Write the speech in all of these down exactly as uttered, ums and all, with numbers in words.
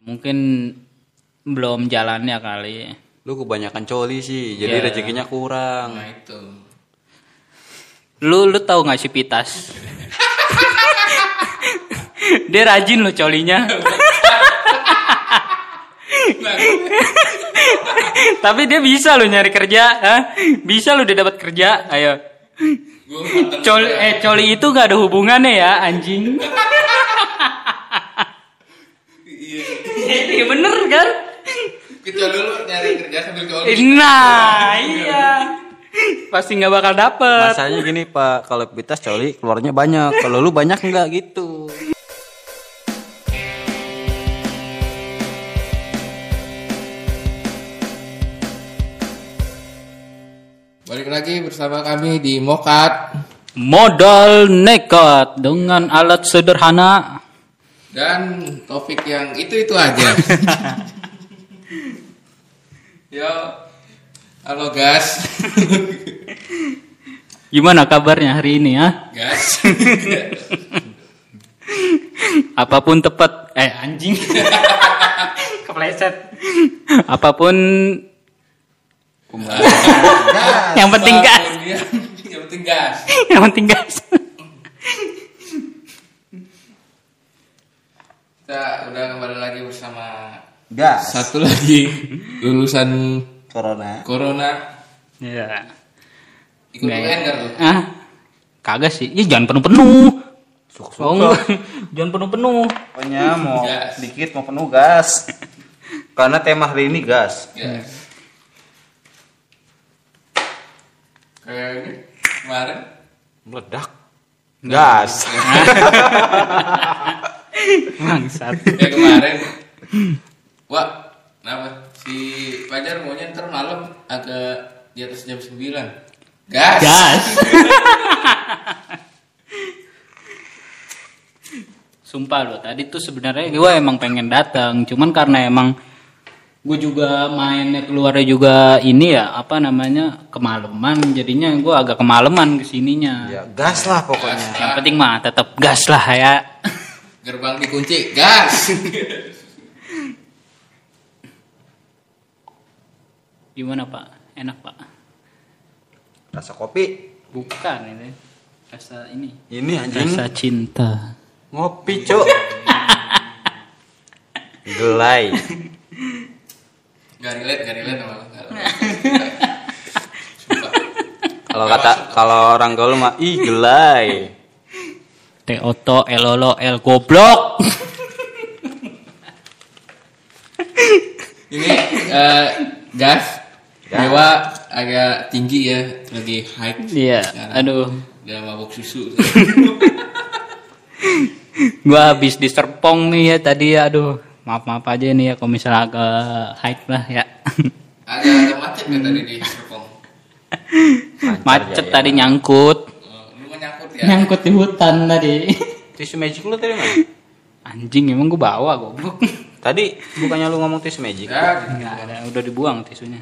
Mungkin belum jalannya kali. Lu kebanyakan coli sih, jadi yeah. rezekinya kurang. Nah itu. Lu lu tahu nggak si Pitas? Dia rajin lo colinya. Tapi dia bisa lo nyari kerja, ha? Bisa lo dia dapat kerja. Ayo. Coli eh coli itu gak ada hubungannya ya, anjing. Iya bener kan? Kita dulu nyari kerja sambil coli. Nah, iya. Pasti nggak bakal dapet. Masanya gini Pak, kalau Pitas coli keluarnya banyak, kalau lu banyak nggak gitu. Balik lagi bersama kami di Mokat. Modal nekat dengan alat sederhana Dan topik yang itu-itu aja. Yo, halo gas. Gimana kabarnya hari ini ya? Gas. Apapun tepat. Eh anjing. Kepleset. Apapun. Yang penting gas. Yang penting gas. Yang penting gas. Kita udah kembali lagi bersama Gas. satu lagi lulusan Corona. Corona. Ya. Ikut U N enggak lu? Ah, kagak sih. Ya jangan penuh-penuh. Suka-suka. Oh, enggak. Jangan penuh-penuh. Pokoknya mau Gas. sedikit mau penuh gas. Karena tema hari ini gas. Gas. Kayak ini kemarin Meledak. Gas. Bangsat. kayak kemarin. Wah, kenapa? Si Fajar maunya ntar malam agak di atas jam sembilan. Gas. Gas. Sumpah lo, tadi tuh sebenarnya gue emang pengen datang, cuman karena emang gue juga mainnya keluarnya juga ini ya apa namanya kemalaman, jadinya gue agak kemalaman kesininya. Ya gas lah pokoknya. Yang penting mah tetap gas lah ya. Gerbang dikunci. Gas. Gimana Pak? Enak Pak? Rasa kopi. Bukan ini. Rasa ini. Ini anjing. Rasa cinta. Ngopi, Cuk. Gelai. Gak relate, gak relate sama lu. Gak relate. Kalau kata kalau orang gaul mah ih gelai. Teh oto elolo el goblok. Ini uh, gas. Dewa agak tinggi ya, lagi high. Iya, Sekarang. aduh. Dia mabuk susu. Gua habis diserpong nih ya tadi ya, aduh. Maaf-maaf aja nih ya kalau misalnya agak hype lah ya. Agak agak macet kan tadi di Serpong. Macet tadi nyangkut. Oh, lu mau nyangkut ya? Nyangkut di hutan tadi. Tisu magic lu tadi mana? Anjing emang gua bawa goblok. Tadi bukannya lu ngomong tisu magic? Ya, Enggak ada, udah dibuang tisunya.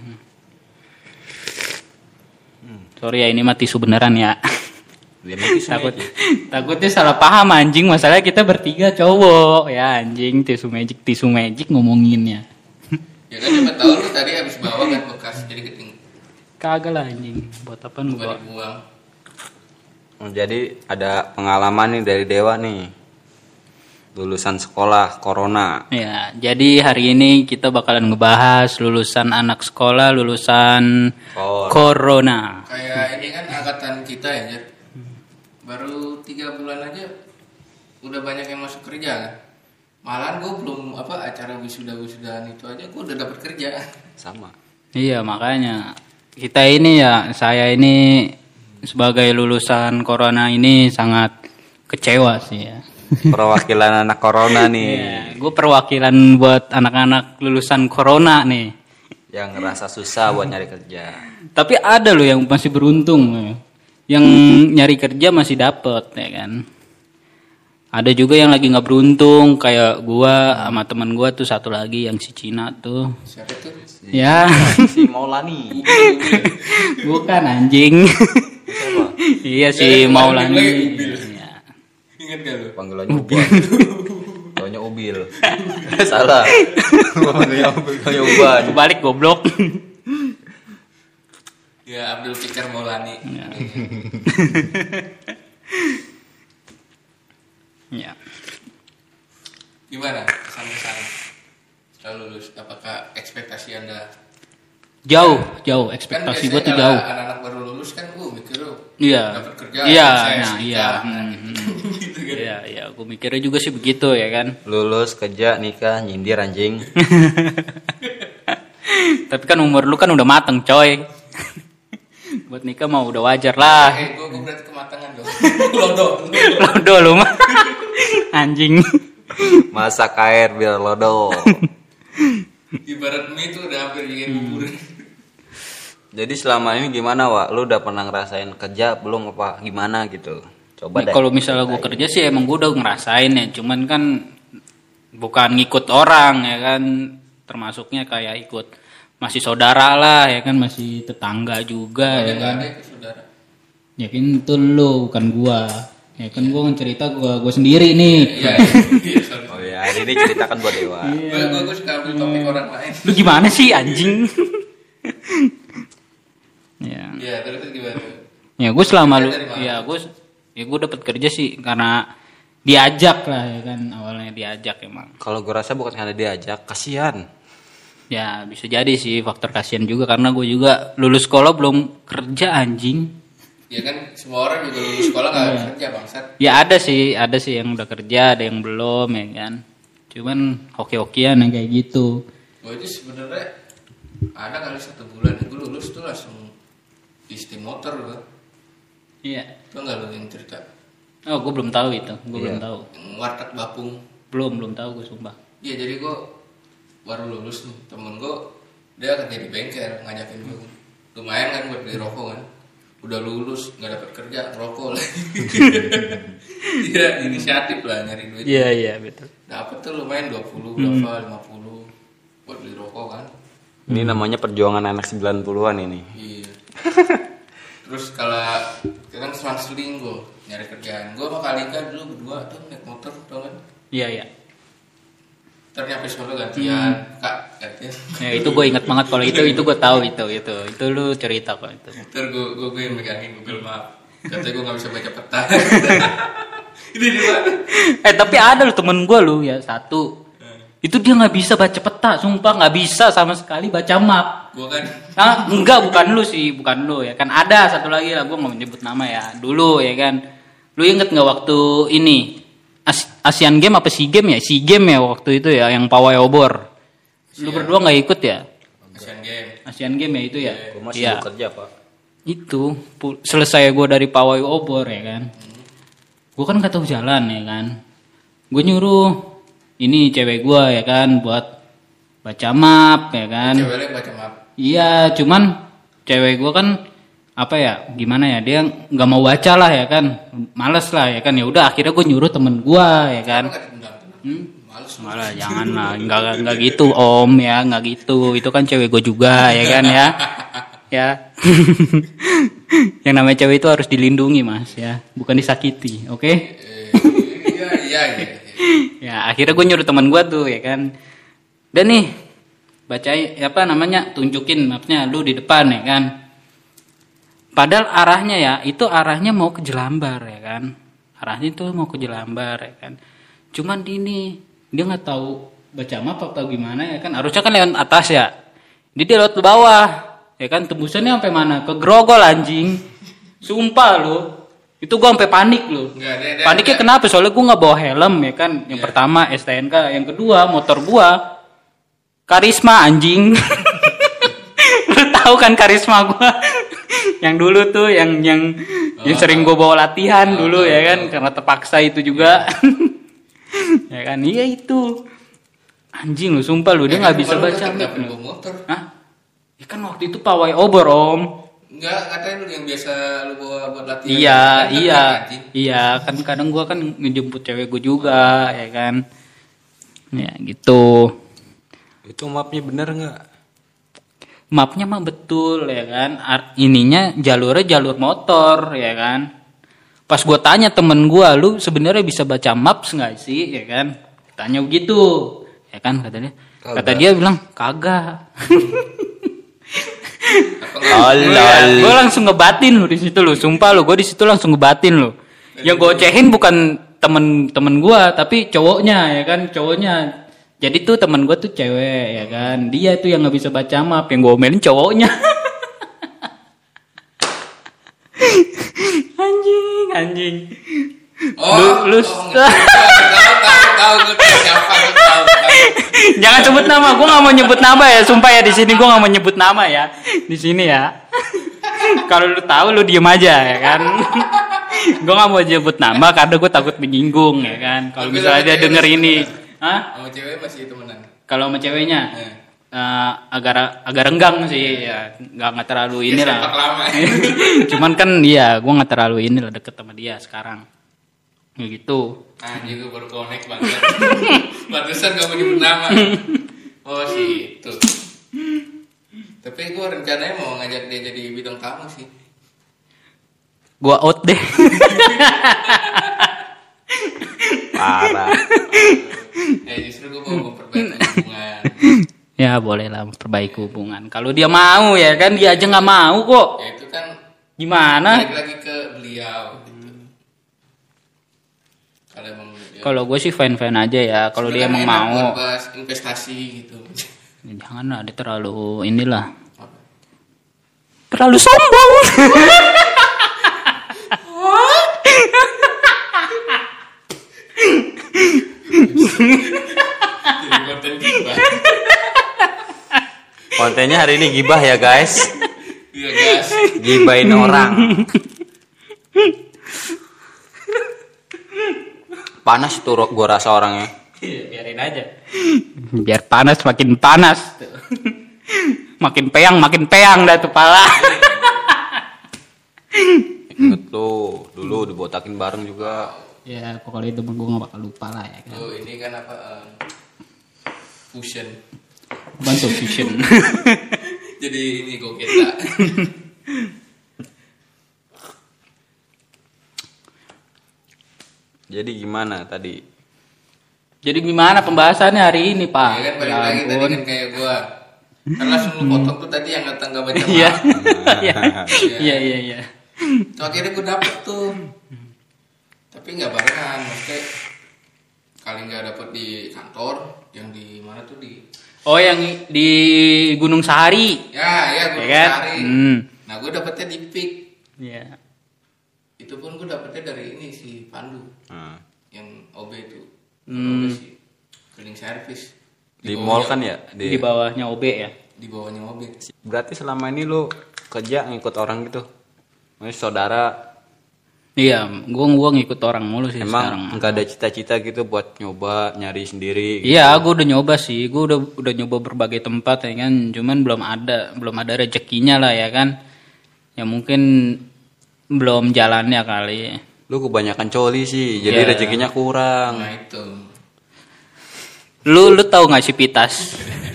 Sorry ya ini mah tisu beneran ya. Dia mah tisu Takut magic. takutnya salah paham anjing, masalahnya kita bertiga cowok ya anjing, tisu magic tisu magic ngomonginnya. ya kan siapa tahu lu tadi habis bawa kan bekas jadi keting. Kagak lah anjing, buat apa Bukan gua? dibuang. Oh, jadi ada pengalaman nih dari Dewa nih. Lulusan sekolah Corona. Ya, jadi hari ini kita bakalan ngebahas lulusan anak sekolah lulusan Cor- Corona. Kayak ini kan angkatan kita ya, Jet. Baru tiga bulan aja udah banyak yang masuk kerja kan. Malahan gue belum apa acara wisuda-wisudaan itu aja gue udah dapat kerja. Sama. Iya, makanya kita ini ya, saya ini sebagai lulusan Corona ini sangat kecewa sih ya. Perwakilan anak Corona nih. Iya, gue perwakilan buat anak-anak lulusan Corona nih. Yang ngerasa susah buat nyari kerja. Tapi ada loh yang masih beruntung, yang nyari kerja masih dapet ya kan. Ada juga yang lagi nggak beruntung kayak gua sama teman gua tuh satu lagi yang si Cina tuh. Siapa tuh? Ya, Si Maulani. bukan anjing. Siapa? Iya si Maulani. Ubil. Iya. Ingat gak lu? Panggilannya Ubal. Taunya punya ubil. Salah. Gua punya ubil punya uban. Kebalik goblok. Ya Abdul Fikar Maulani. Ya. Ya. Gimana kesan-kesan setelah lulus? Apakah ekspektasi Anda Jauh, jauh. kan Ekspektasi biasanya gue tuh kalau jauh. anak-anak baru lulus kan gue mikir oh, Iya. dapat kerja, Iya, sukses, nah, iya. nikah, Hmm, gitu kan. Iya, iya. Gue mikirnya juga sih begitu ya kan. Lulus kerja nikah nyindir anjing. Tapi kan umur lu kan udah mateng, coy. Buat nikah mah udah wajar lah. Eh, gue gue berarti kematangan dong. Lodo. Lodo lu mah. Anjing. Masak air biar lodo. Ibarat mie itu udah hampir jadi bubur. Jadi selama ini gimana, Wak? Lu udah pernah ngerasain kerja belum apa gimana gitu? Coba Ya, deh. kalau misalnya gue kerja sih emang gue udah ngerasain ya. Cuman kan bukan ngikut orang ya kan. Termasuknya kayak ikut masih saudara lah ya kan. Masih tetangga juga ya Ada kan. nggak ada itu saudara? Ya kan itu lu bukan gua. Ya kan gua kan cerita gua gua sendiri nih. Iya, iya, sorry. Oh ya, ini ceritakan buat Dewa. Gue gue gue suka ambil topik orang lain. Lu gimana sih anjing? Ya. Iya, terus itu gimana? Ya gua selama lu Kerja dari mana? ya gua ya gua dapat kerja sih karena diajak lah ya kan, awalnya diajak emang. Kalau gue rasa bukan karena diajak, kasihan. Ya bisa jadi sih faktor kasihan juga karena gue juga lulus sekolah belum kerja anjing. Ya kan semua orang juga lulus sekolah nggak harus kerja bangsat. Ya ada sih, ada sih yang udah kerja, ada yang belum ya kan. Cuman hoki-hokian yang kayak gitu. Gue itu sebenarnya ada kali satu bulan gue lulus tuh langsung isti motor gue. Iya. Tuh nggak lu yang cerita? Oh, gue belum tahu itu. Gue Iya. belum tahu. Yang warteg Bapung. Belum, belum tahu gue sumpah. Iya jadi gue baru lulus nih, temen gue dia kerja di bengkel ngajakin gue. Lumayan kan buat beli rokok kan. Udah lulus nggak dapat kerja ngerokok lagi. Iya inisiatif lah nyari duit. Iya, iya, betul. Dapat tuh lumayan dua puluh berapa lima puluh buat beli rokok kan. Ini namanya perjuangan anak sembilan puluhan ini. Iya. Terus kalau kan selang-seling gue nyari kerjaan. Gue sama Kalika dulu berdua tuh naik motor tau kan. Iya, iya. Ntar nyampe sono gantian, kak gantian. Ya itu gue inget banget kalau itu itu gue tahu itu itu itu lu cerita kok itu. Ntar gue gue gue yang megangin Google Map. Katanya gue nggak bisa baca peta. Ini di mana? Eh tapi ada lu temen gue lu ya satu. Itu dia nggak bisa baca peta, sumpah nggak bisa sama sekali baca map. Gue kan. Ah, enggak, bukan lu sih, bukan lu ya kan. Ada satu lagi lah, gue nggak menyebut nama ya. Dulu ya kan. Lu inget nggak waktu ini As- Asian Game apa SEA Game ya? SEA Game ya waktu itu ya, yang pawai obor. Lu berdua nggak ikut ya? Asian Game. Asian Game ya itu ya? Gue masih Iya. mau kerja, Pak. Itu pu- selesai gue dari pawai obor ya kan. Gue kan nggak tahu jalan ya kan. Gue nyuruh ini cewek gue ya kan buat baca map ya kan. Ceweknya baca map. Iya, cuman cewek gue kan apa ya, gimana ya, dia nggak mau baca lah ya kan, males lah ya kan. Ya udah akhirnya gue nyuruh temen gue ya kan. Kan ditendang. Hmm? Males. Malah jangan lah, nggak nggak gitu om ya, nggak gitu. Itu kan cewek gue juga ya kan ya. Ya. Yang namanya cewek itu harus dilindungi mas ya, bukan disakiti, oke? Eh, Iya iya iya. Ya akhirnya gue nyuruh teman gue tuh ya kan. Dan nih bacain apa namanya, tunjukin mapnya lu di depan ya kan. Padahal arahnya ya itu arahnya mau ke Jelambar ya kan. Arahnya itu mau ke Jelambar ya kan. Cuman ini dia nggak tahu baca map atau gimana ya kan. Harusnya kan lewat atas ya. Dia dia lewat ke bawah ya kan. Tembusannya sampai mana? Ke Grogol anjing. Sumpah lu. Itu gue sampai panik lu. Enggak, dia, dia, Paniknya dia, kenapa? Soalnya gue nggak bawa helm ya kan. Yang Iya. pertama S T N K, yang kedua motor gue Karisma anjing. Lu tahu kan Karisma gue? Yang dulu tuh yang yang yang sering gue bawa latihan dulu ya kan, karena terpaksa itu juga. Ya kan, iya itu. Anjing lu, sumpah lu, dia nggak bisa baca. Nggak perlu bawa motor. Hah? Ya kan waktu itu pawai obor om. Enggak, katanya lu yang biasa lu bawa buat latihan. Iya, Kan iya, terbang, anjing. iya. Kan kadang gua kan ngejemput cewek gue juga, ya kan. Ya gitu. Itu mapnya bener nggak? Mapnya mah betul, ya kan. Art, ininya jalurnya jalur motor, ya kan. Pas gua tanya temen gua, lu sebenarnya bisa baca maps nggak sih, ya kan? Tanya begitu, ya kan kata dia. Kagak. Kata dia bilang kagak. Tolol. Gue langsung ngebatin lu di situ lu, sumpah lu, gue di situ langsung ngebatin lu. Yang gue cehin bukan temen-temen gue, tapi cowoknya ya kan, cowoknya. Jadi tuh temen gue tuh cewek ya kan, dia tuh yang nggak bisa baca map, yang gue omelin cowoknya. anjing, anjing. Oh, lu, lu oh, tahu tahu tahu gue tahu siapa gue tahu. tahu. Jangan sebut nama, gue nggak mau nyebut nama ya, sumpah ya di sini gue nggak mau nyebut nama ya, di sini ya. Kalau lu tahu lu diem aja ya kan. Gue nggak mau nyebut nama karena gue takut menyinggung ya kan. Kalau Tapi misalnya sama dia cewek denger masih ini, temenan? hah? Sama cewek masih temenan. Kalau sama ceweknya, Eh. eh, agak agak renggang sih ya, nggak nggak terlalu ini lah. Sempat lama. Cuman kan iya, gue nggak terlalu ini lah deket sama dia sekarang. Ya gitu. Anjing gue baru connect banget. Batasan gak mau nyebut nama. Oh sih itu. Tapi gue rencananya mau ngajak dia jadi bintang tamu sih. Gue out deh. Parah. Eh justru gue mau memperbaiki hubungan. Ya boleh lah memperbaiki hubungan. Kalau dia mau ya kan, dia aja nggak mau kok. Ya itu kan Gimana? balik lagi ke beliau gitu. Kalau emang dia- Kalau gue sih fine fine aja ya. Kalau dia emang Sebenarnya enak mau, buat bahas investasi gitu. ya jangan lah. Dia terlalu inilah. Apa? Terlalu sombong. Jadi konten gibah. Kontennya hari ini gibah ya guys. Iya guys. Gibahin orang. Panas tuh gue rasa orangnya. Biarin aja. Biar panas makin panas. Makin peang makin peang dah tuh pala. Ingat tuh, dulu dibotakin bareng juga. Ya pokoknya itu gue gak bakal lupa lah ya kan. Oh ini kan apa? eh, fusion. Bantu fusion. Jadi ini gue kita. Jadi gimana tadi? Jadi gimana pembahasannya hari ini Pak? Ya kan balik Ya lagi tadi ampun. kan kayak gue. Kan langsung lu potong tuh tadi yang kata nggak baca Iya. map. Iya. Iya iya iya. Tuh akhirnya gue dapet tuh. Tapi nggak barengan, maksudnya kali nggak dapet di kantor, yang di mana tuh di Oh yang di Gunung Sahari. ya ya gue Ya kan? cari. Hmm. Nah gue dapetnya di Pik. Iya. Itu pun gue dapetnya dari ini si Pandu Nah, yang O B itu. Hmm. O B sih cleaning service. di bawahnya- mall kan ya? Di bawahnya O B ya. Di bawahnya O B. Berarti selama ini lu kerja ngikut orang gitu? Maksudnya saudara, Iya, gua gua ngikut orang mulu sih sekarang. emang nggak ada cita-cita gitu buat nyoba nyari sendiri? Gitu? Iya, gua udah nyoba sih. Gua udah udah nyoba berbagai tempat ya kan. Cuman belum ada belum ada rezekinya lah ya kan. Ya mungkin belum jalannya kali. Lu kebanyakan coli sih, jadi Iya. rezekinya kurang. Nah itu. Lu lu tahu nggak sih Pitas?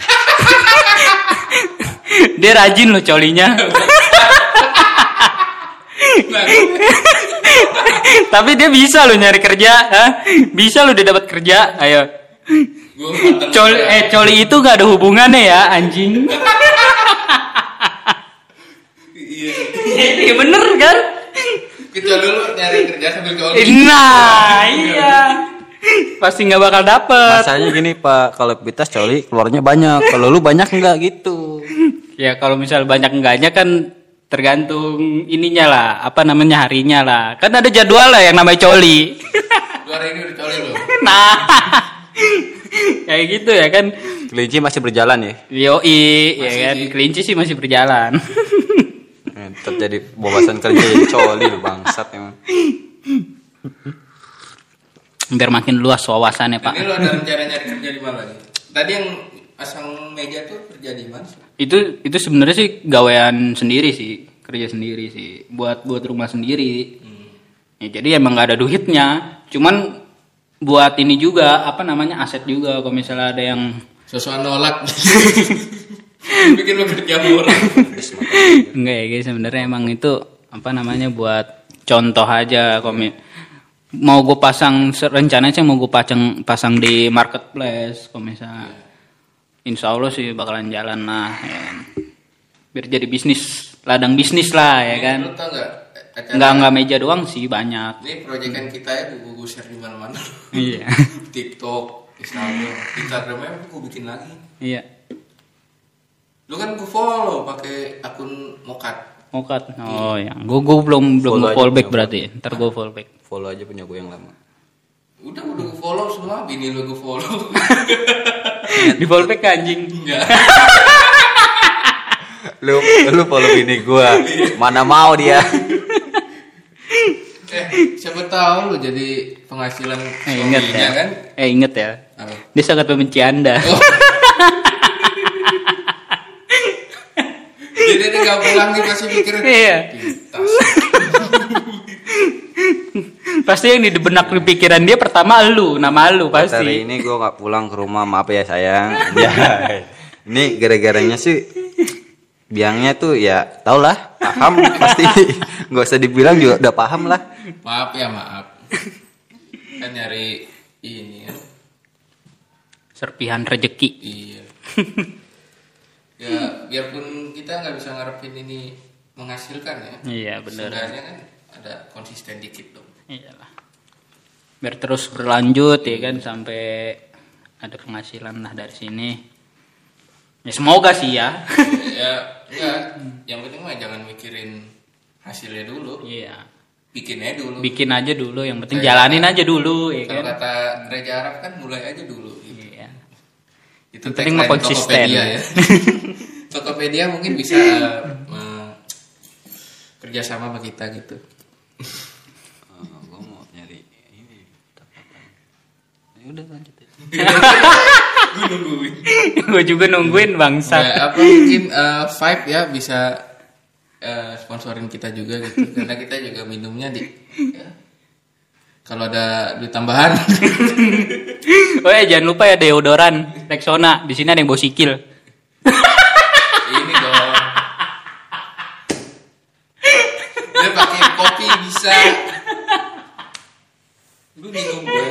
Dia rajin lo colinya. Tapi dia bisa lo nyari kerja, hah? Bisa lo dia dapat kerja. Ayo. Gue mantan Coli juga. eh coli itu gak ada hubungannya ya, anjing. Iya. Iya bener kan? Kita dulu nyari kerja sambil coli. Nah, iya. Pasti nggak bakal dapet. Masalahnya gini Pak, kalau Pitas coli keluarnya banyak, kalau lu banyak enggak gitu. Ya kalau misal banyak enggaknya kan tergantung ininya lah, apa namanya harinya lah. Kan ada jadwal lah yang namanya coli. Lu hari ini udah coli lo. Nah, kayak gitu ya kan. Kelinci masih berjalan ya? Yoi, ya Masih kan. sih. Kelinci sih masih berjalan. Eh, terjadi bobasan kerja jadi coli lu bangsat emang. Biar makin luas wawasannya Nah, Pak. ini lu ada rencana nyari kerja di mana nih? Tadi yang pasang meja tuh kerja di mana sih? Itu itu sebenarnya sih gawean sendiri sih, kerja sendiri sih, buat buat rumah sendiri. Ya, jadi emang nggak ada duitnya, cuman buat ini juga apa namanya aset juga. Kalau misalnya ada yang Sosokan nolak. Bikin lu kerja murah. enggak ya guys, sebenarnya emang itu apa namanya buat contoh aja. Kalau mi- mau gue pasang rencananya sih mau gue pasang pasang di marketplace kalau misalnya. Insya Allah sih bakalan jalan lah ya kan. Biar jadi bisnis, ladang bisnis lah ya kan. Lu tau gak? Enggak enggak meja doang sih banyak. Ini proyekan kita ya gue share di mana-mana. Iya. TikTok, Instagram, Instagramnya gue bikin lagi. Iya. Lu kan gue follow pakai akun Mokat. Mokat. Oh ya. Gue gue belum belum Follow aja follow back punya berarti. Ntar gue follow back. Follow aja punya gue yang lama. Udah udah gue follow semua, bini lu gue follow. Di follow back anjing. Enggak. Lu lu follow bini gue. Mana mau dia? Eh, siapa tahu lu jadi penghasilan Eh inget ya. suaminya kan? Eh inget ya. Apa? Dia sangat membenci Anda. Oh. Jadi dia gak pulang nih pasti mikir. Iya. Tas. Pasti yang di benak di pikiran dia pertama lu, nama lu pasti. Hari ini gue nggak pulang ke rumah, maaf ya sayang. Ya. Ini gara-garanya sih biangnya tuh ya tau lah, paham pasti. Nggak usah dibilang juga udah paham lah. Maaf ya maaf. Kan nyari ini ya. Serpihan rezeki. Iya. Ya biarpun kita nggak bisa ngarepin ini menghasilkan ya. Iya benar. Sebenarnya kan ada konsisten dikit dong. Iyalah. Biar terus berlanjut ya kan sampai ada penghasilan lah dari sini. Ya semoga sih ya. Ya enggak. Yang penting mah jangan mikirin hasilnya dulu. Iya. Bikin aja dulu. Bikin aja dulu, yang penting Kayak jalanin kata- aja dulu ya Kalau kan. kata gereja Arab kan mulai aja dulu. Gitu. Iya. Itu Yang penting tagline mah konsisten. Tokopedia ya. Tokopedia mungkin bisa uh, me- kerjasama sama kita gitu. Oh, gue mau nyari ini tapatan. Ya udah lanjut ya. Gue nungguin. Gue juga nungguin bangsa. Ya, apa mungkin uh, Vibe ya bisa uh, sponsorin kita juga gitu. Karena kita juga minumnya di ya, kalau ada duit tambahan. Oh ya jangan lupa ya deodoran Rexona. Di sini ada yang bawa sikil. Ini dong. Dia pakai kopi bisa. Lu bingung gue.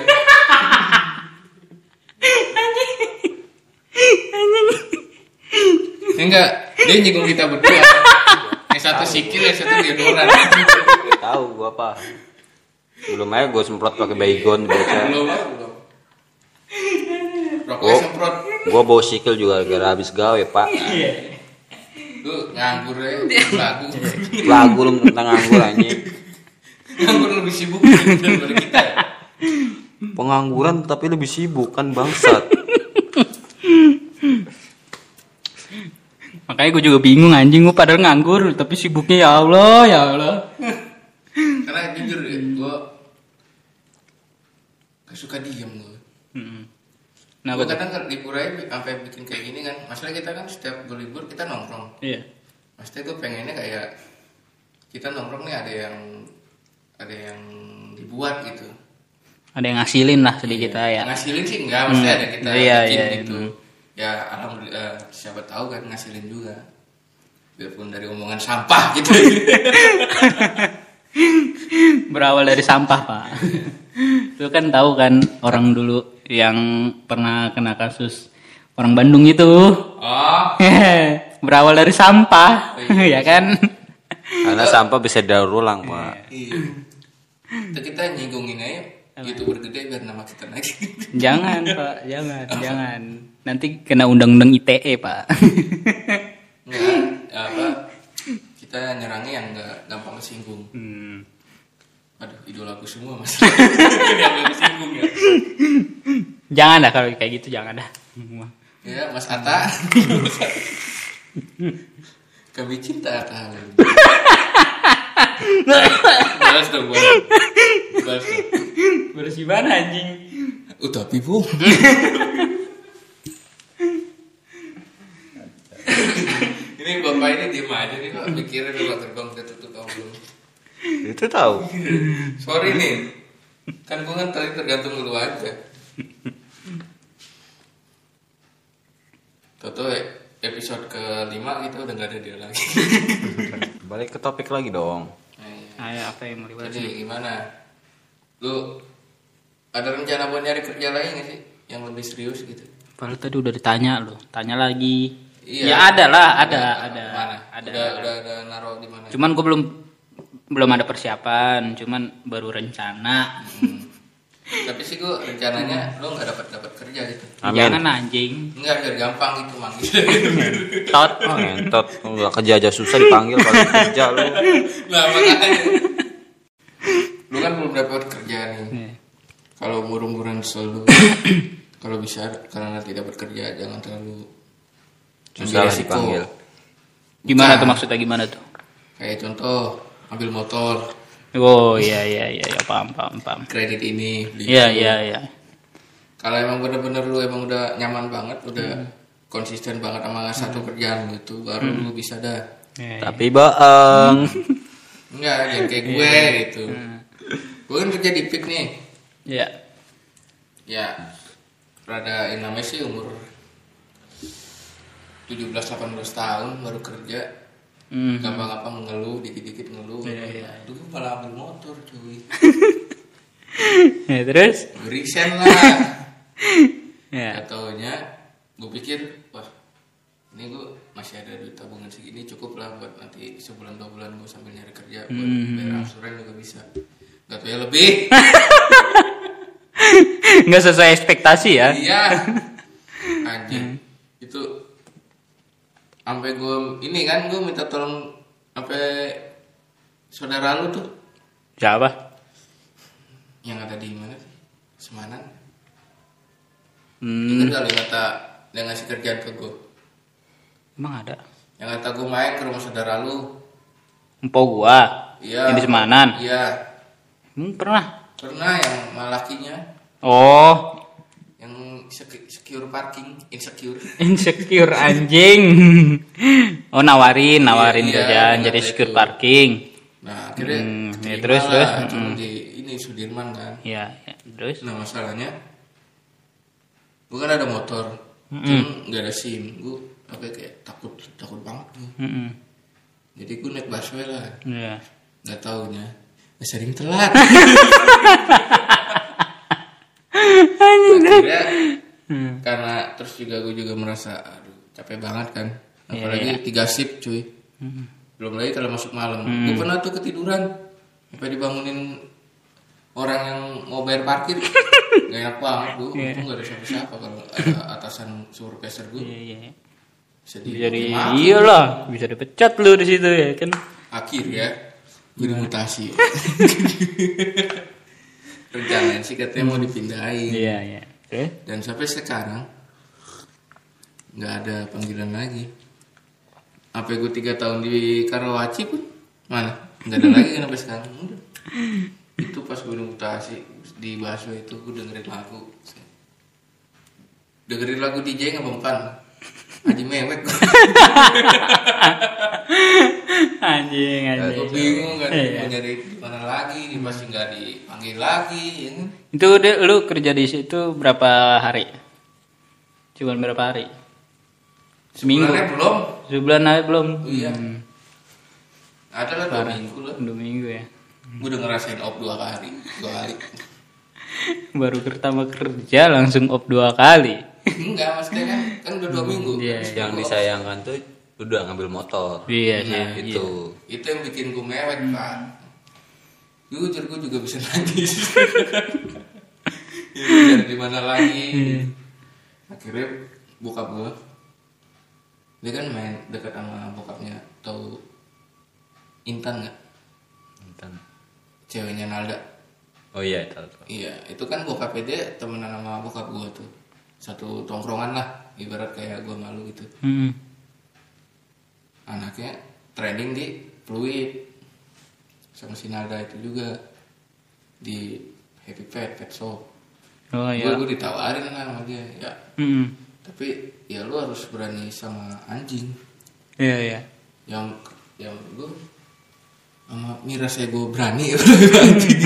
Enggak, dia nyinggung kita berdua. Yang satu sikil, yang satu deodoran. Tahu gue apa? Belum aja gue semprot pakai baygon biasa. Belum, belum. Rokoknya Oh. semprot. Gue bawa sikil juga gara habis gawe pak. Lu nganggur ya, lagu. Lagu lu tentang nganggur anjing. Nganggur lebih sibuk daripada kita. Pengangguran tapi lebih sibuk kan bangsat. Makanya gue juga bingung anjing, gue padahal nganggur tapi sibuknya ya Allah ya Allah. Karena jujur ya, gue gak suka diem gue. Hmm. Nah, Gue betul. kadang kan libur aja sampai bikin kayak gini kan. Masalah kita kan setiap berlibur kita nongkrong. Iya. Maksudnya gue pengennya kayak kita nongkrong nih ada yang ada yang dibuat gitu. Ada yang ngasilin lah sedikit Iya. ya. Ngasilin sih enggak, maksudnya Hmm. ada kita Iya, bikin iya, gitu. hmm. Ya alhamdulillah siapa tahu kan ngasilin juga. Biarpun dari omongan sampah gitu. Berawal dari sampah pak. Lu kan tahu kan orang dulu yang pernah kena kasus orang Bandung itu. Oh, Berawal dari sampah, ya kan? Karena sampah bisa daur ulang pak. iya. Itu kita nyinggungin aja YouTuber gede biar nama kita naik. Jangan pak, jangan, jangan. Nanti kena undang-undang I T E pak. Enggak, apa? Kita nyerangnya yang enggak gampang kesinggung. Hmm. Aduh, idolaku semua mas. Yang enggak kesinggung ya. Jangan dah kalau kayak gitu, jangan dah. Ya, Mas Atta. Kami cinta Atta. Balas dong, balas. Balas dong. Beres gimana anjing? Oh, tapi bu. Ini bapak ini diem aja nih pak. Pikirin kalau gerbang udah tutup tahu belum? Itu tahu. Sorry nih. Kan gue kan tadi tergantung lu aja. Toto episode kelima kita udah gak ada dia lagi. Balik ke topik lagi dong. Nah, iya. Ayo apa yang mau dibahas? Jadi gimana? Lu ada rencana buat nyari kerja lain nggak sih yang lebih serius gitu? Padahal tadi udah ditanya lo, tanya lagi. Iya. Ya ada lah, ada, ada, Mana? ada. Udah, udah ada naruh di mana? Cuman gue belum belum ada persiapan, cuman baru rencana. Hmm. Tapi sih gue rencananya lo nggak dapat dapat kerja gitu. Amin. Jangan anjing. Enggak biar gampang gitu manggil. Tot. Oh, entot. Udah kerja aja susah dipanggil kalau kerja lu. Nah makanya lu kan belum dapat kerja nih. Iya. Kalau umur-umuran selalu kalau bisa karena nanti dapat kerja jangan terlalu Susah ambil lah resiko. dipanggil. Gimana Bukan. tuh maksudnya gimana tuh? Kayak contoh ambil motor, Oh iya iya iya ya, paham paham paham. kredit ini, beli Iya itu. iya iya. Kalau emang bener-bener lu emang udah nyaman banget, udah konsisten banget sama satu kerjaan lu itu, baru lu bisa dah. Iya, iya. Tapi bohong. Enggak, jangan kayak gue gitu. Gue kan kerja di P I K nih. Iya. Ya, rada yang namanya sih umur tujuh belas delapan belas tahun baru kerja. Hmm. Gampang-gampang mengeluh, dikit-dikit ngeluh. Iya, iya. Aduh, malah ambil motor cuy. Ya, terus? Berisen lah. Ya. Gak taunya gue pikir, wah ini gue masih ada duit tabungan segini, cukup lah buat nanti sebulan dua bulan gue sambil nyari kerja buat Hmm. bayar angsuran juga bisa. Gak tau ya lebih. Nggak sesuai ekspektasi ya? Iya. Anjing. Itu sampai gue ini kan gue minta tolong sampai saudara lu tuh Siapa? yang ada di mana sih? Semanan. Hmm. Ingat kali kata yang ngasih kerjaan ke gue. Emang ada? Yang kata gue main ke rumah saudara lu. Empo gua. Iya. Yang di Semanan. Iya. Hmm, pernah. Pernah yang malakinya Oh, yang sec- secure parking, insecure. insecure anjing. Oh, nawarin, nawarin Iya, iya, kerjaan iya, jadi itu. secure parking. Nah, akhirnya Hmm, ya, keterima terus, lah, terus, cuma hmm. di ini Sudirman kan. Iya, ya, terus. Nah, masalahnya gue kan ada motor, Mm-mm. cuman nggak ada SIM. Gue apa ya, kayak takut takut banget nih. Mm-mm. Jadi gue naik busway lah. Iya. Nggak taunya sering telat. Akhirnya Hmm. karena terus juga gue juga merasa aduh capek banget kan. Iya, Apalagi iya. tiga shift cuy. Hmm. Belum lagi kalau masuk malam. Hmm. Gue pernah tuh ketiduran sampai dibangunin orang yang mau bayar parkir. Gak enak banget gue. Iya. Untung gak ada siapa-siapa kalau ada atasan supervisor gue. Iya, iya. Sedih. Jadi Maki. iyalah, bisa dipecat lu di situ ya kan. Akhir ya. Gue dimutasi. Rencananya sih katanya mau dipindahin. Iya, iya. Terus? Dan sampai sekarang nggak ada panggilan lagi. Apa gue tiga tahun di Karawaci pun mana nggak ada lagi kan sampai sekarang. Udah. Itu pas gue mutasi di Baso itu gue dengerin lagu. Dengerin lagu D J nggak mempan. Haji mewek. Anjing, Gue anjing. bingung kan Iya. mau nyari di mana lagi, di pasti nggak dipanggil lagi. Ya kan? Itu de- lu kerja di situ berapa hari? Cuman berapa hari? Seminggu. Sebulannya belum. Sebulan aja belum. Iya. Hmm, Ada lah dua minggu lah. dua minggu ya. Gue udah ngerasain off dua kali, dua kali. Baru pertama kerja langsung op dua kali. Enggak, maksudnya kan kan udah dua minggu. Iya, Habis Yang itu disayangkan tuh udah ngambil motor. Iya sih. Nah, Itu. itu yang bikin gue mewek pak. Jujur gue juga bisa nangis. Ya, dari di mana lagi? Akhirnya bokap gue, dia kan main dekat sama bokapnya. Tahu Intan nggak? Intan. Ceweknya Nalda. Oh iya, tahu. tahu. Iya, itu kan bokapnya dia temenan sama bokap gue tuh. Satu tongkrongan lah, ibarat kayak gue malu gitu. Hmm. Anaknya training di Fluid sama si Nalda itu juga di Happy Pet Pet Shop. Oh Gue iya. gue ditawarin lah sama dia, ya. Hmm. Tapi ya lu harus berani sama anjing. Iya iya. Yang yang gue sama miras ya gue berani ya anjing.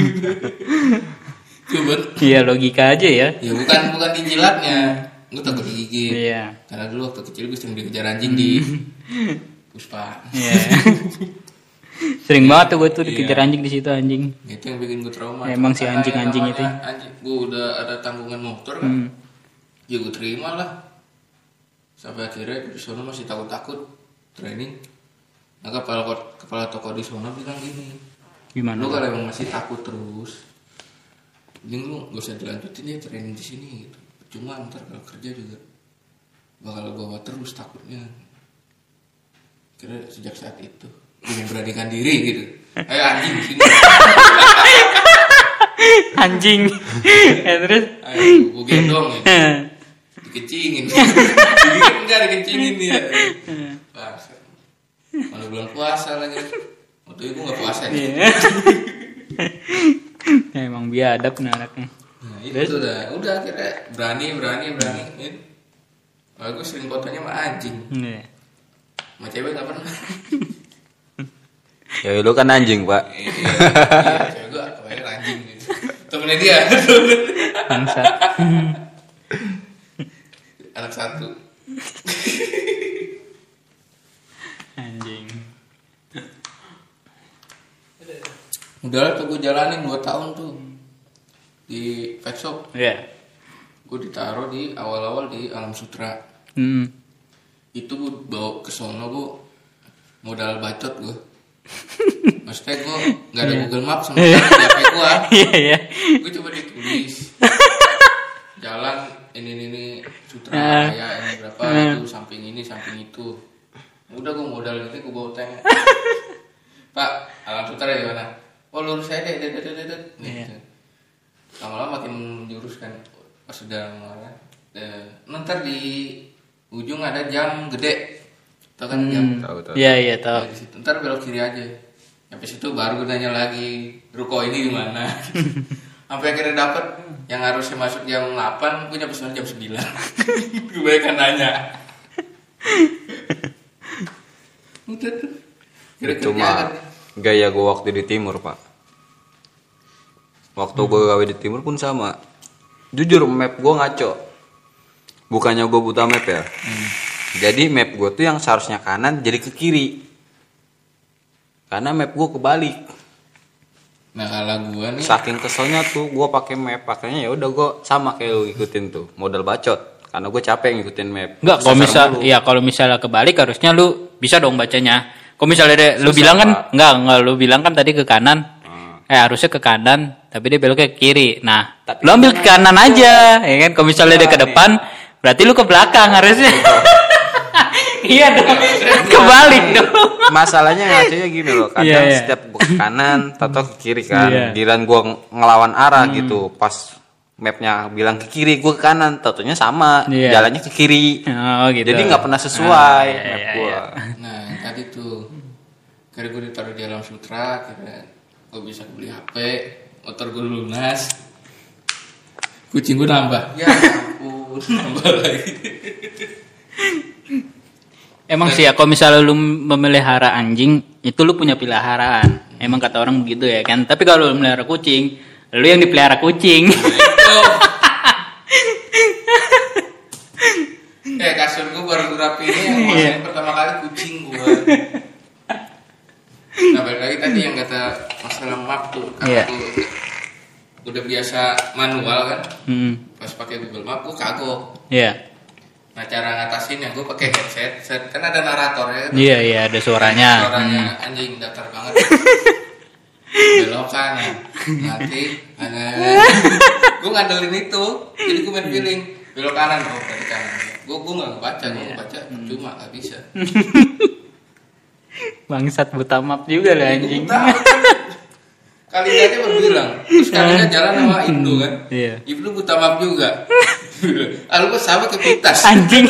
Coba. Iya logika aja ya. Ya bukan bukan dijilatnya, gue takut digigit. Iya. Karena dulu waktu kecil gue sering dikejar anjing di Puspa. Iya. Sering banget tuh gue tuh dikejar anjing di situ anjing. Itu yang bikin gue trauma. Emang si Karena anjing-anjing yang itu. namanya Anjing, gue udah ada tanggungan motor kan. Hmm. Ya gue terima lah. Sampai akhirnya di sana masih takut-takut training. Nah kepala kepala toko di sana bilang gini. Gimana? Lu kalau emang masih takut terus, mending lu gak usah dilanjutin ya training di sini gitu. Cuma ntar kalau kerja juga bakal bawa terus takutnya. Kira sejak saat itu gue memberanikan diri gitu. Ayo anjing sini. Anjing. Ya, terus Ayo gue gendong gitu. Dikencingin. Dikencingin enggak dikencingin dia. Puasa. Malah bulan puasa lagi. Waktu itu gue gak puasa ya. Ya, emang biadab nih anaknya. Nah itu udah, udah akhirnya berani, berani, berani. Gitu. Kalau gue sering fotonya sama anjing. Iya. Sama cewek gak pernah. Ya lu kan anjing, Pak. Iya, iya, cewek gue kebanyakan anjing gitu. Temennya dia. Bangsat. Anak satu. Anjing. Udah lah tuh gue jalanin dua tahun tuh. Di pet shop. Iya. Gue ditaruh di awal-awal di Alam Sutra. Hmm. Itu gue bawa ke sono gue modal bacot gue. Maksudnya gue gak ada Google Maps sama di H P gue. Iya, iya. Gue coba ditulis jalan ini ini, ini Sutra Ah. Raya ini berapa Ah. itu samping ini samping itu. Udah gue modal gitu gue bawa tanya. Pak, Alam Sutra di mana? Oh lurus saya deh, deh, deh, deh, deh. Iya. Gitu. Lama-lama makin menjurus kan. Pas sudah marah. Ntar di ujung ada jam gede. Tahu kan jam? Tahu tahu. Iya, iya tahu. Nah, di situ. Ntar belok kiri aja. Sampai situ baru gue nanya lagi ruko ini di mana. Sampai akhirnya dapet yang harusnya masuk jam delapan, gue nyampe sana jam sembilan. Gue banyak nanya. Udah tuh. Kira Cuma gaya gue waktu di timur, Pak. Waktu gue gawe di timur pun sama. Jujur map gue ngaco. Bukannya gue buta map ya. Hmm. Jadi map gue tuh yang seharusnya kanan jadi ke kiri. Karena map gue kebalik. Nah kalau gue nih, Saking keselnya tuh gue pakai map, pakainya ya udah gue sama kayak lu ikutin tuh modal bacot. Karena gue capek ngikutin map. Enggak, kalau Sasar misal mulu. ya kalau misalnya kebalik harusnya lu bisa dong bacanya. Kalau misalnya dia, lu Susah, bilang kan Pak. enggak, enggak lu bilang kan tadi ke kanan. Hmm. Eh harusnya ke kanan, tapi dia beloknya ke kiri. Nah, Tapi lu ambil ke gimana? kanan aja, ya kan? Kalau misalnya dia ke Iya, depan, berarti lu ke belakang harusnya. Iya dong. Kebalik dong. Masalahnya ngaconya gini loh, kadang Iya, iya. setiap gua ke kanan, atau ke kiri kan. Iya. Giliran gue ngelawan arah gitu, pas mapnya bilang ke kiri, gue ke kanan, tentunya sama, Iya. jalannya ke kiri. Oh gitu. Jadi nggak pernah sesuai Ah, iya, map iya, gue. iya. nah yang tadi tuh, kira gue ditaruh di Alam Sutra, kira gue bisa beli H P, motor gue lunas, kucing gue nambah. Ya ampun, nambah lagi. Emang sih ya kalau misalnya lu memelihara anjing, itu lu punya peliharaan. Emang kata orang begitu ya kan. Tapi kalau lu melihara kucing, lu yang dipelihara kucing. Eh kasur gue baru gue rapiin yang Iya. masain pertama kali kucing gue. Nah balik lagi tadi yang kata masalah map tuh, Iya. karena gue udah biasa manual kan, Hmm. pas pakai Google Map gue kagok. Iya. Nah cara ngatasinnya gue pakai headset, set kan ada naratornya kan. Iya, iya ada suaranya. Suaranya Hmm. anjing datar banget. Belok kanan, nanti kanan. Gue ngandelin itu, jadi gue main feeling belok kanan, oh dari kanan. Gue gue nggak ngebaca, gue ngebaca cuma nggak bisa. Bangsat buta map juga lah anjing. Kali aja baru bilang, terus kalinya jalan sama Ibnu kan. Iya. Ibnu buta map juga. Ah lu kok sama ke Pitas. Anjing.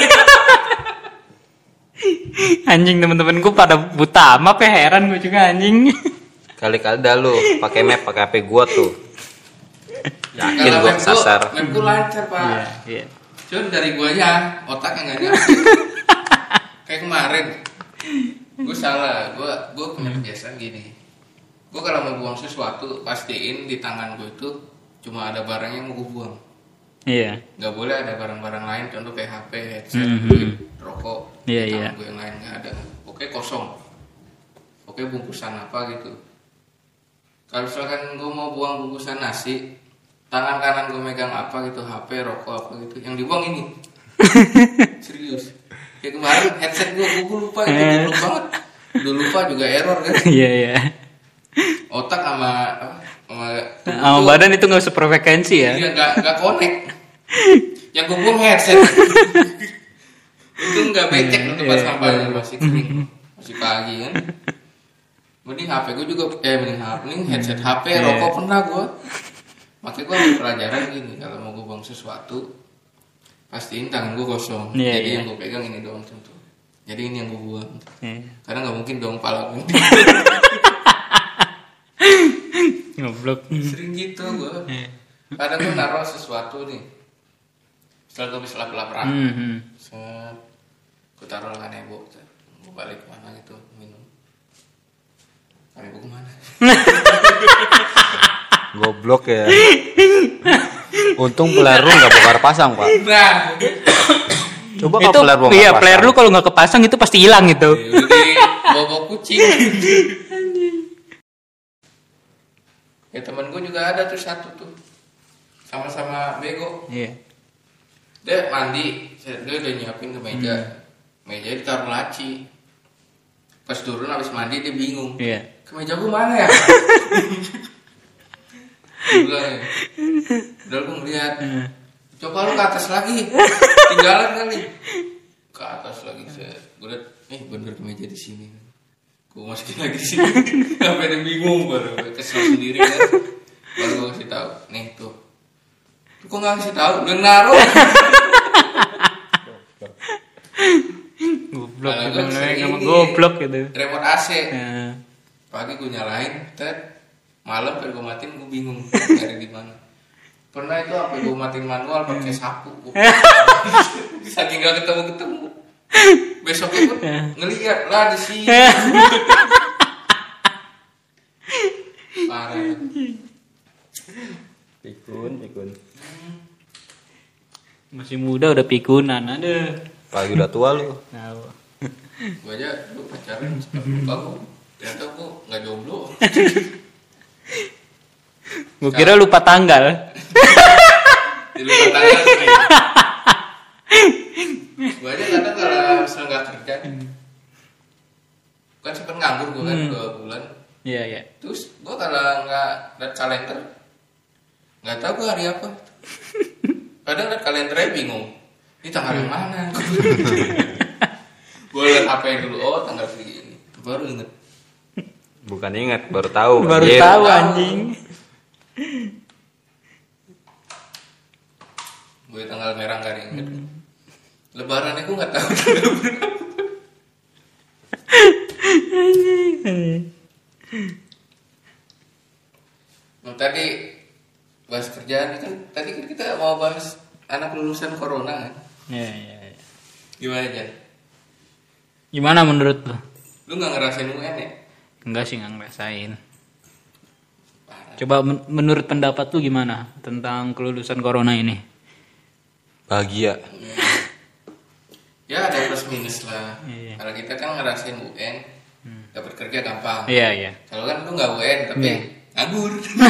Anjing temen-temenku pada buta map ya, heran gue juga anjing. Kali-kali dah lu pakai map, pakai H P gue tuh. Yakin Kalau gue map gua- sasar. map gua lancar pak. Iya, iya. Cuman dari guanya otaknya nggak nyampe. Kayak kemarin, gue salah. Gue gue punya kebiasaan gini. Gue kalau mau buang sesuatu pastiin di tangan gue itu cuma ada barang yang mau gue buang. Iya. Nggak boleh ada barang-barang lain, contoh kayak H P, headset, Mhm. duit, rokok. Iya, di tangan iya. gue yang lain nggak ada. Oke kosong. pokoknya bungkusan apa gitu. Kalau misalkan gue mau buang bungkusan nasi, tangan kanan gue megang apa gitu, H P, rokok apa gitu, yang dibuang ini. Serius. Kayak kemarin headset gue, gue lupa gitu, gue lupa banget. Udah lupa juga error kan. Iya iya. Otak sama sama, Sama badan itu nggak sefrekuensi ya. Iya nggak nggak connect. Yang gue buang headset. Itu nggak becek di tempat sampahnya, masih kering, masih pagi kan. Mending H P gue juga, eh mending H P, mending headset H P, rokok pernah gue. Makanya gue ambil pelajaran gini, kalau mau gue buang sesuatu, pastiin tangan gue kosong. Yeah, Jadi yeah. yang gue pegang ini doang tentu. Jadi ini yang gue buang. Yeah. Karena nggak mungkin dong pala gue. Ngoblok. Sering gitu gue. Kadang gue naruh sesuatu nih. Setelah gue bisa lapar-laparan. Hmm. Set, gue taruh lah nebo. Gue balik kemana gitu minum. Nebo kemana? Goblok ya. Untung peler lu nggak bongkar pasang pak. Nah, Coba kalau Itu peler bongkar iya pasang. player lu kalau nggak kepasang itu pasti hilang itu. jadi bobo kucing. Ya temen gue juga ada tuh satu tuh, sama-sama bego. Iya. Dia mandi, dia udah nyiapin ke meja, meja ditaruh laci. Pas turun habis mandi dia bingung. Iya. Ke meja gue mana ya? Udah, udah gue ngeliat. Coba lu ke atas lagi, tinggalan kali. Ke atas lagi, saya, gue liat, eh bener ke meja di sini. Gue masukin lagi di sini, sampai dia bingung baru kesel sendiri kan. Baru gue kasih tahu, nih tuh. Lu kok nggak kasih tahu? Udah naruh. Goblok Kalau gitu gue namanya sering sama ini, goblok gitu. Remote A C. Ya. Pagi gue nyalain, tet. Malam pengen gue matiin, gue bingung nyari di mana. Pernah itu apa gue matiin manual pakai sapu. Saking gak ketemu ketemu. Besoknya gue ngeliat lah di sini. Parah. Pikun, pikun. Masih muda udah pikunan ada. Pagi udah tua lu. Nah, Gue aja lu pacaran lupa gue. Ternyata gue nggak jomblo. gue kira lupa tanggal. Di luar tanggal sih. Gue aja kadang kalau misalnya nggak kerja, kan sempet nganggur gue kan dua bulan. Iya iya. Terus gue kalau nggak liat kalender, nggak tahu gue hari apa. Kadang liat kalendernya bingung. Ini tanggal yang mana? Gue liat H P dulu, oh tanggal segini. Baru inget. Bukan ingat, baru tahu. Baru Anjir. tahu anjing. Gue tanggal merah gak inget. Lebarannya gue nggak tahu. Nah, tadi bahas kerjaan kan, tadi kan kita mau bahas anak lulusan corona kan. Iya iya. Ya. Gimana Jan? Gimana menurut lu? Lu nggak ngerasain U N ya? Enggak sih, nggak ngerasain. Parah. Coba men- menurut pendapat lu gimana tentang kelulusan corona ini? Bahagia. Ya ada plus minus lah. Iya. Kalau kita kan ngerasain U N, dapat kerja gampang. Iya iya. Kalau kan lu nggak U N tapi Iya. nganggur.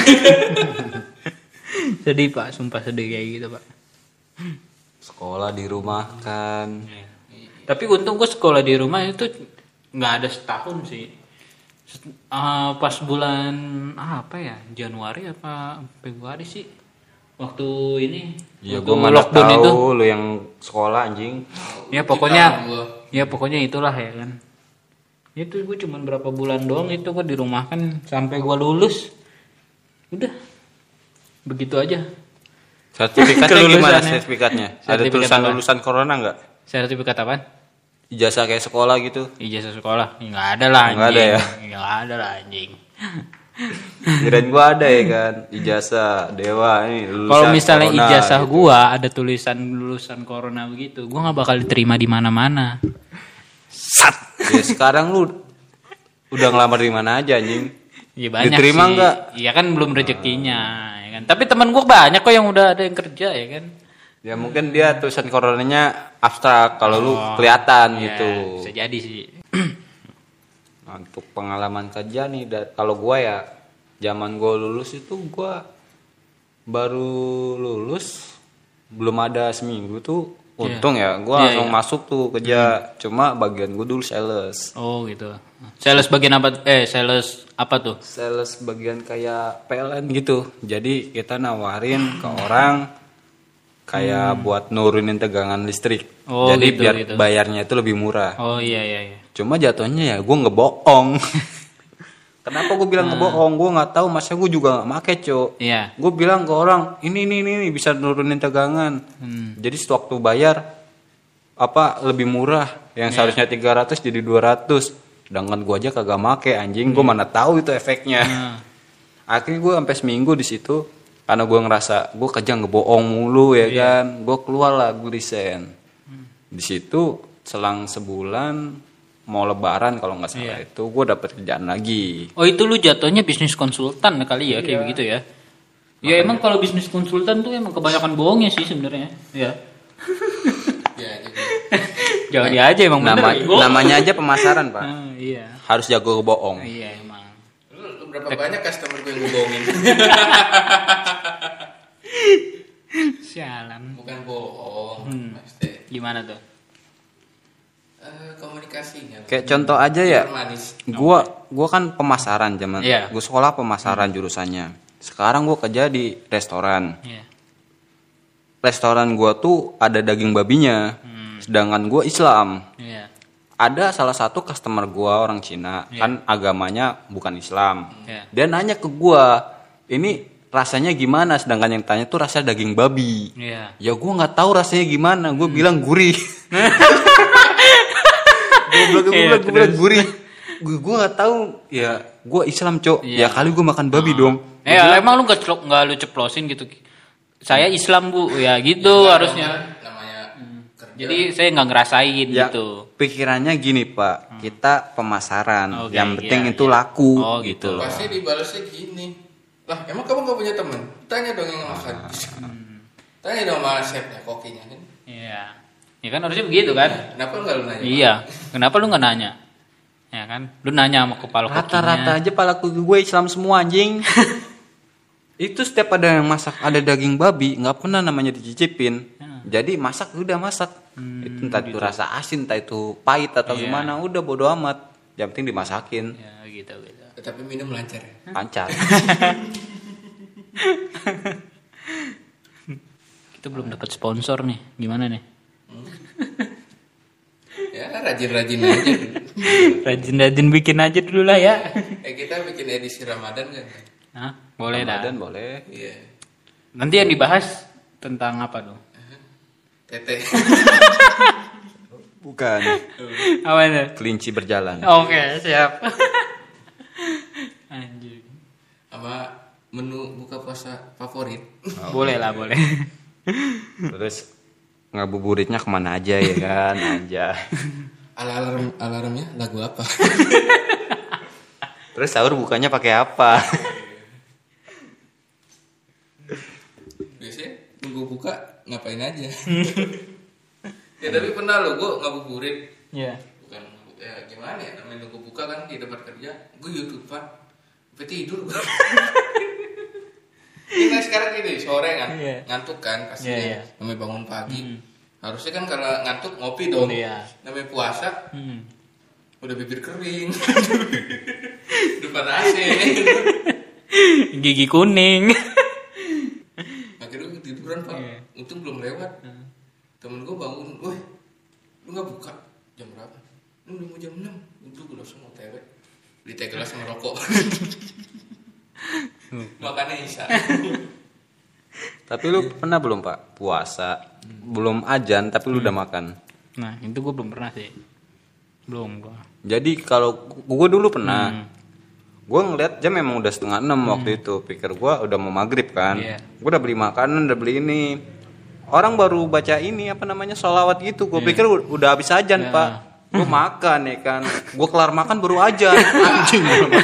Sedih pak, sumpah sedih kayak gitu pak. Sekolah dirumahkan. Tapi untung gue sekolah di rumah itu nggak ada setahun sih. Set- ah, pas bulan ah, apa ya, Januari apa Februari sih, waktu ini Ya waktu gue mana lockdown tahu itu. lu yang sekolah anjing. Ya pokoknya, Kita gua. ya pokoknya itulah ya kan. Itu gue cuma berapa bulan doang itu gue dirumahkan sampai gue lulus. Udah, begitu aja. Sertifikatnya Kelulusannya. gimana sertifikatnya? Ada Sertifikat tulisan apa? lulusan corona nggak? Sertifikat apaan? Ijazah kayak sekolah gitu. Ijazah sekolah? Ya, nggak ada lah anjing. Nggak ada ya? Nggak ada lah anjing. Kirain gua ada ya kan. Ijazah dewa ini lulusan Kalau misalnya corona, ijazah gitu. gua ada tulisan lulusan corona begitu, gua nggak bakal diterima di mana-mana. Sat. Ya sekarang lu udah ngelamar di mana aja anjing. Ya banyak Diterima sih. nggak? Iya kan belum rezekinya, ya kan. Tapi teman gua banyak kok yang udah ada yang kerja ya kan. Ya mungkin dia tulisan coronanya abstrak kalau lu Oh, kelihatan ya, gitu. Bisa jadi sih. Nah, untuk pengalaman kerja nih, da- kalau gua ya zaman gua lulus itu gua baru lulus belum ada seminggu tuh untung ya gua Iya, langsung iya. masuk tuh kerja. Cuma bagian gua dulu sales. Oh gitu. Sales bagian apa? Eh sales apa tuh? Sales bagian kayak P L N gitu. Jadi kita nawarin ke orang kayak buat nurunin tegangan listrik. Oh, Jadi gitu, biar gitu. bayarnya itu lebih murah. Oh iya iya iya. Cuma jatuhnya ya gue ngebohong. Kenapa gue bilang ngebohong? Gue nggak tahu, masa gue juga nggak make, Cok. Iya. Gue bilang ke orang, ini ini ini bisa nurunin tegangan. Hmm. Jadi sewaktu bayar apa lebih murah, yang seharusnya tiga ratus jadi dua ratus. Sedangkan gue aja kagak make, anjing. Gue mana tahu itu efeknya. Nah. Akhirnya gue sampai seminggu di situ karena gue ngerasa gue kerja ngebohong mulu ya kan. Gue keluar lah, gue resign. Di situ selang sebulan mau lebaran kalau nggak salah itu gue dapet kerjaan lagi. Oh itu lu jatuhnya bisnis konsultan kali ya kayak begitu ya? Ya emang kalau bisnis konsultan tuh emang kebanyakan bohongnya sih sebenarnya. Ya. Ya, jadi Jangan dia aja emang bener. Nama, bego. namanya aja pemasaran pak, Ah, iya. harus jago bohong. Iya emang. lu, lu berapa banyak customer gue yang gue bohongin? Sialan. Bukan bohong, Hmm. pasti. Gimana tuh? Eh, komunikasinya. Kayak contoh aja ya, Manis. gua gua kan pemasaran zaman, Iya. gue sekolah pemasaran jurusannya. Sekarang gue kerja di restoran. Iya. Restoran gua tuh ada daging babinya, sedangkan gua Islam. Iya. Ada salah satu customer gua orang Cina, Iya. kan agamanya bukan Islam. Iya. Dia nanya ke gua, ini rasanya gimana? Sedangkan yang tanya tuh rasa daging babi. Iya. Ya gua nggak tahu rasanya gimana. Gue bilang gurih. Gue bilang, gue Iya, bilang, gue bilang terus. gurih. Gue gue nggak tahu. Ya gue Islam cok. Iya. Ya kali gue makan babi dong. Eh emang lu nggak celok- nggak lu ceplosin gitu? Saya Islam bu, ya gitu harusnya. Namanya kerja. Jadi saya nggak ngerasain Ya, gitu. pikirannya gini pak, kita pemasaran, Oke, yang penting iya, itu iya. laku, Oh, gitu gitu. loh. Pasti dibalasnya gini. Lah, emang kamu gak punya teman? Tanya dong yang makan. Tanya dong sama chefnya, kokinya kan. Iya. Ya kan harusnya begitu kan? Kenapa enggak lu nanya? Iya. Kenapa lu nggak nanya? Ya kan? Lu nanya sama kepala Rata-rata kokinya. aja pala gue Islam semua anjing. Itu setiap ada yang masak ada daging babi, nggak pernah namanya dicicipin. Jadi masak udah masak. Itu entah itu rasa asin, entah itu pahit atau Iya. gimana, udah bodo amat. Yang penting dimasakin. Ya gitu gitu. Tapi minum lancar ya. Lancar. Kita belum dapat sponsor nih. Gimana nih? Ya rajin-rajin aja. Rajin-rajin bikin aja dulu lah ya. Eh kita bikin edisi Ramadan kan? Hah? Boleh dah. Dan boleh. Iya. Nanti yang dibahas tentang apa tuh? Tete. Bukan. Apa itu? Kelinci berjalan. Oke, siap. Anjir. Sama menu buka puasa favorit. Boleh lah, boleh. Terus ngabuburitnya kemana aja ya kan, aja. Alarm alarmnya lagu apa? Terus sahur bukanya pakai apa? Biasanya nunggu buka ngapain aja. Ya tapi pernah lo gue ngabuburit. Iya. Bukan ya gimana ya namanya nunggu buka kan di tempat kerja. Gue YouTubean. Sampai tidur gue. Ini sekarang gini sore kan Iya. ngantuk kan pastinya. Iya, iya. Namanya bangun pagi. Harusnya kan kalau ngantuk ngopi dong. Iya. Namanya puasa Hmm. udah bibir kering. Depan A C. Gigi kuning. Akhirnya gue tiduran pak. Iya. Untung belum lewat. Temen gue bangun, woi, lu nggak buka jam berapa? Lu udah mau jam enam. Untung gue langsung mau tewe. Beli teh gelas sama rokok. Makannya isya. Tapi lu pernah belum pak puasa, belum ajan tapi lu udah makan? Nah, itu gue belum pernah sih. Belum gua. Jadi kalau gue dulu pernah, gue ngeliat jam memang udah setengah enam waktu itu. Pikir gue udah mau maghrib kan, Iya. gue udah beli makanan, udah beli ini. Orang baru baca ini apa namanya sholawat gitu. Gue pikir u- udah habis ajan Iya. pak. Gue makan ya kan. Gue kelar makan baru ajan. Anjing.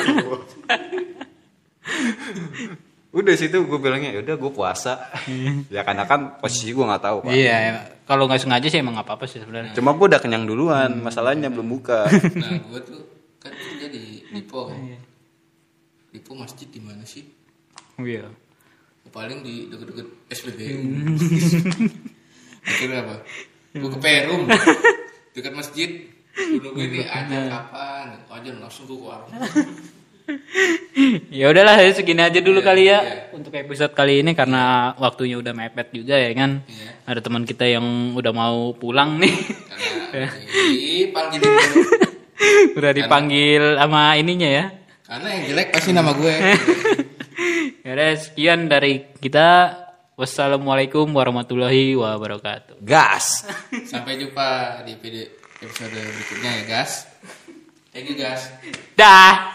Udah situ gue bilangnya ya udah gue puasa. Ya karena kan posisi gue nggak tahu pak. Iya, kalau nggak sengaja sih emang nggak apa-apa sih sebenarnya. Cuma gue udah kenyang duluan. Masalahnya belum buka. Nah gue tuh kan kerja di Lipo kan. Lipo masjid di mana sih? Oh iya. Paling di deket-deket S P B U. Akhirnya apa? Gue ke Perum, dekat masjid. Dulu ini aja kapan? Aja langsung gue ke warung. Ya udahlah, segini aja dulu Iya, kali ya iya. untuk episode kali ini karena waktunya udah mepet juga ya kan. Iya. Ada teman kita yang udah mau pulang nih. Karena dipanggil dulu. Udah dipanggil sama ininya ya. Karena yang jelek pasti nama gue. Ya udah, sekian dari kita. Wassalamualaikum warahmatullahi wabarakatuh. Gas. Sampai jumpa di video episode berikutnya ya, guys. Thank you, guys. Dah.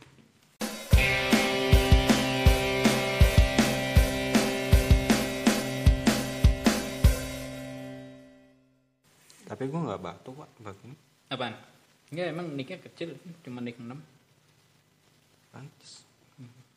Tapi gue nggak batuk pak, batuk. Apaan? Enggak, emang nicknya kecil, cuma nick enam. Pantes.